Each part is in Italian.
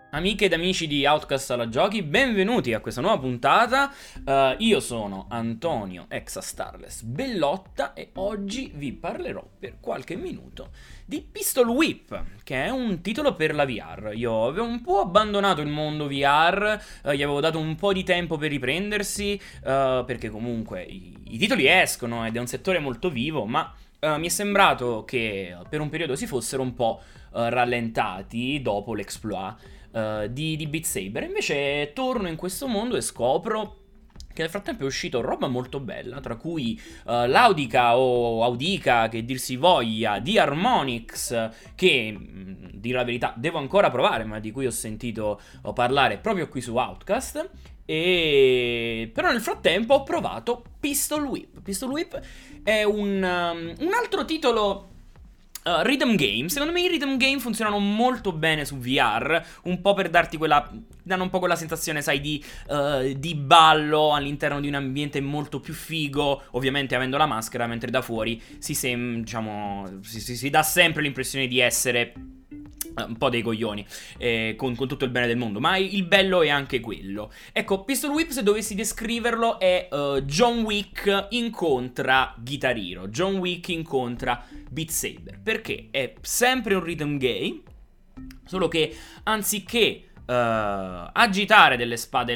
Amiche ed amici di Outcast alla Giochi, benvenuti a questa nuova puntata. Io sono Antonio Exa Starless Bellotta e oggi vi parlerò per qualche minuto di Pistol Whip, che è un titolo per la VR. Io avevo un po' abbandonato il mondo VR, gli avevo dato un po' di tempo per riprendersi, perché comunque i titoli escono ed è un settore molto vivo, ma mi è sembrato che per un periodo si fossero un po' rallentati dopo l'exploit di Beat Saber. Invece torno in questo mondo e scopro che nel frattempo è uscito roba molto bella, tra cui l'Audica o Audica, che dir si voglia, di Harmonix, che, dire la verità, devo ancora provare, ma di cui ho sentito parlare proprio qui su Outcast. E però nel frattempo ho provato Pistol Whip. Pistol Whip è un altro titolo rhythm game. Secondo me i rhythm game funzionano molto bene su VR, un po' per darti quella, danno un po' quella sensazione, sai, di ballo all'interno di un ambiente molto più figo, ovviamente avendo la maschera, mentre da fuori si dà sempre l'impressione di essere un po' dei coglioni, con tutto il bene del mondo, ma il bello è anche quello. Ecco, Pistol Whip, se dovessi descriverlo, è John Wick incontra Guitar Hero, John Wick incontra Beat Saber, perché è sempre un rhythm game, solo che anziché agitare delle spade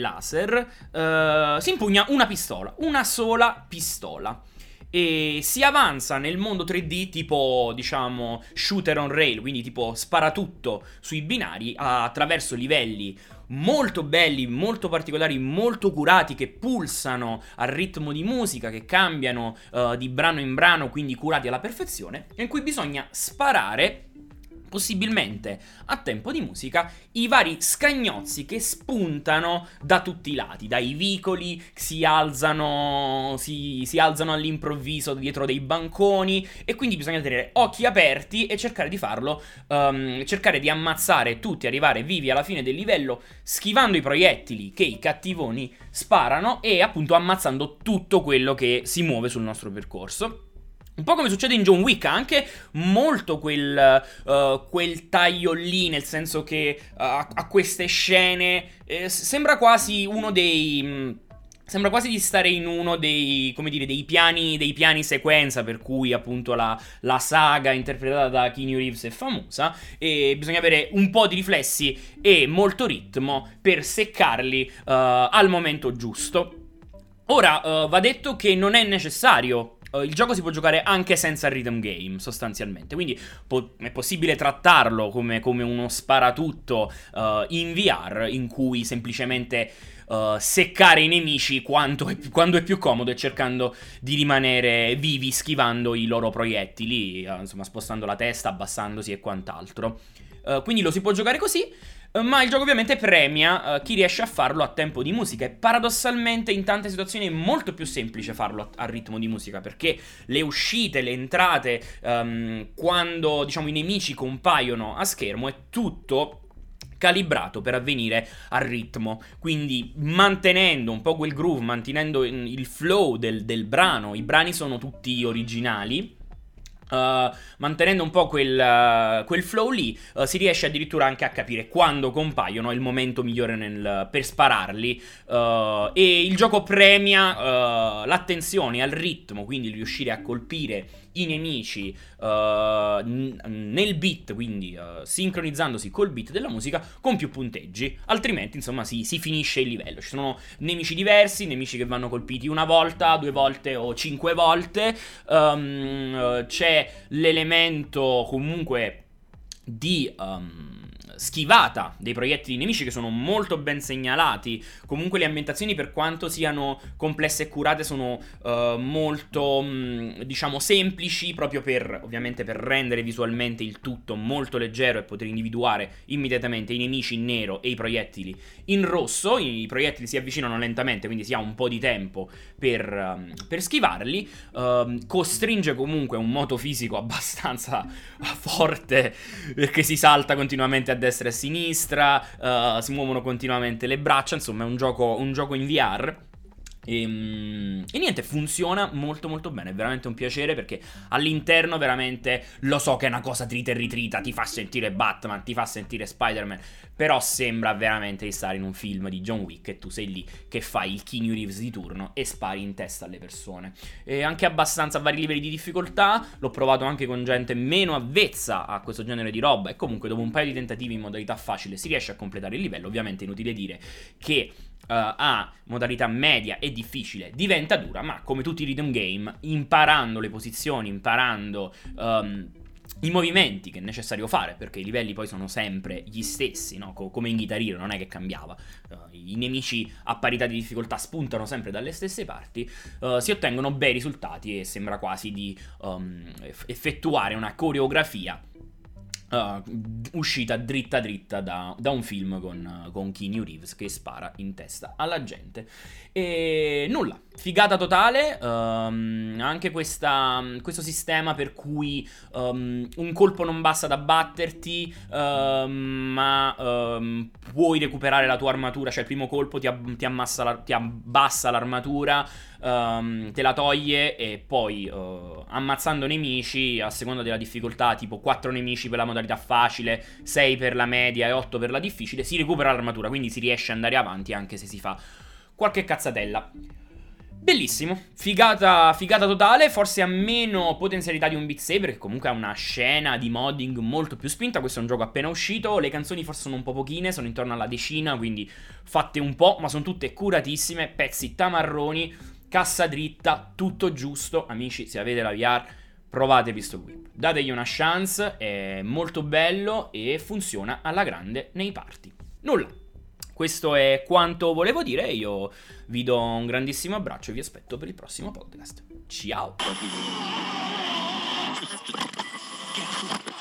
laser, si impugna una pistola, una sola pistola. E si avanza nel mondo 3D tipo, diciamo, shooter on rail, quindi tipo sparatutto sui binari attraverso livelli molto belli, molto particolari, molto curati, che pulsano al ritmo di musica, che cambiano di brano in brano, quindi curati alla perfezione, in cui bisogna sparare, possibilmente a tempo di musica, i vari scagnozzi che spuntano da tutti i lati, dai vicoli, si alzano all'improvviso dietro dei banconi, e quindi bisogna tenere occhi aperti e cercare di farlo, cercare di ammazzare tutti, arrivare vivi alla fine del livello, schivando i proiettili che i cattivoni sparano e appunto ammazzando tutto quello che si muove sul nostro percorso. Un po' come succede in John Wick, anche molto quel taglio lì, nel senso che a queste scene sembra quasi uno dei... Sembra quasi di stare in uno dei, come dire, dei piani sequenza, per cui appunto la saga interpretata da Keanu Reeves è famosa, e bisogna avere un po' di riflessi e molto ritmo per seccarli al momento giusto. Ora, va detto che non è necessario. Il gioco si può giocare anche senza rhythm game, sostanzialmente. Quindi è possibile trattarlo come uno sparatutto in VR, in cui semplicemente seccare i nemici quando è più comodo, e cercando di rimanere vivi, schivando i loro proiettili, insomma, spostando la testa, abbassandosi e quant'altro. Quindi lo si può giocare così. Ma il gioco ovviamente premia chi riesce a farlo a tempo di musica, e paradossalmente in tante situazioni è molto più semplice farlo a ritmo di musica, perché le uscite, le entrate, quando, diciamo, i nemici compaiono a schermo, è tutto calibrato per avvenire a ritmo, quindi mantenendo un po' quel groove, mantenendo il flow del brano. I brani sono tutti originali. Mantenendo un po' quel flow lì, si riesce addirittura anche a capire quando compaiono è il momento migliore per spararli, e il gioco premia l'attenzione al ritmo, quindi riuscire a colpire i nemici nel beat, quindi sincronizzandosi col beat della musica con più punteggi, altrimenti insomma si finisce il livello. Ci sono nemici diversi, nemici che vanno colpiti una volta, due volte o 5 volte. C'è l'elemento comunque di schivata dei proiettili nemici, che sono molto ben segnalati. Comunque le ambientazioni, per quanto siano complesse e curate, sono molto, diciamo, semplici, proprio ovviamente per rendere visualmente il tutto molto leggero e poter individuare immediatamente i nemici in nero e i proiettili in rosso. I proiettili si avvicinano lentamente, quindi si ha un po' di tempo per schivarli. Costringe comunque un moto fisico abbastanza forte, perché si salta continuamente a destra e a sinistra, si muovono continuamente le braccia. Insomma, è un gioco in VR E niente, funziona molto molto bene, è veramente un piacere perché all'interno veramente lo so che è una cosa trita e ritrita, ti fa sentire Batman, ti fa sentire Spider-Man, però sembra veramente di stare in un film di John Wick e tu sei lì che fai il Keanu Reeves di turno e spari in testa alle persone. E anche abbastanza a vari livelli di difficoltà, l'ho provato anche con gente meno avvezza a questo genere di roba e comunque dopo un paio di tentativi in modalità facile si riesce a completare il livello. Ovviamente è inutile dire che a modalità media e difficile diventa dura, ma come tutti i rhythm game, imparando le posizioni, imparando i movimenti che è necessario fare, perché i livelli poi sono sempre gli stessi, no? Come in Guitar Hero, non è che cambiava. I nemici a parità di difficoltà spuntano sempre dalle stesse parti, si ottengono bei risultati e sembra quasi di effettuare una coreografia uscita dritta dritta da un film con Keanu Reeves che spara in testa alla gente. E nulla, figata totale. Anche questo sistema per cui un colpo non basta ad abbatterti, ma puoi recuperare la tua armatura. Cioè il primo colpo ti abbassa l'armatura, te la toglie e poi ammazzando nemici a seconda della difficoltà, tipo 4 nemici per la modalità facile, 6 per la media e 8 per la difficile, si recupera l'armatura, quindi si riesce ad andare avanti anche se si fa qualche cazzatella. Bellissimo, figata totale, forse ha meno potenzialità di un Beat Saber che comunque ha una scena di modding molto più spinta. Questo è un gioco appena uscito, le canzoni forse sono un po' pochine, sono intorno alla decina, quindi fatte un po', ma sono tutte curatissime, pezzi tamarroni, cassa dritta, tutto giusto. Amici, se avete la VR, provate Pistol Whip, dategli una chance, è molto bello e funziona alla grande nei party. Nulla, questo è quanto volevo dire, io vi do un grandissimo abbraccio e vi aspetto per il prossimo podcast. Ciao!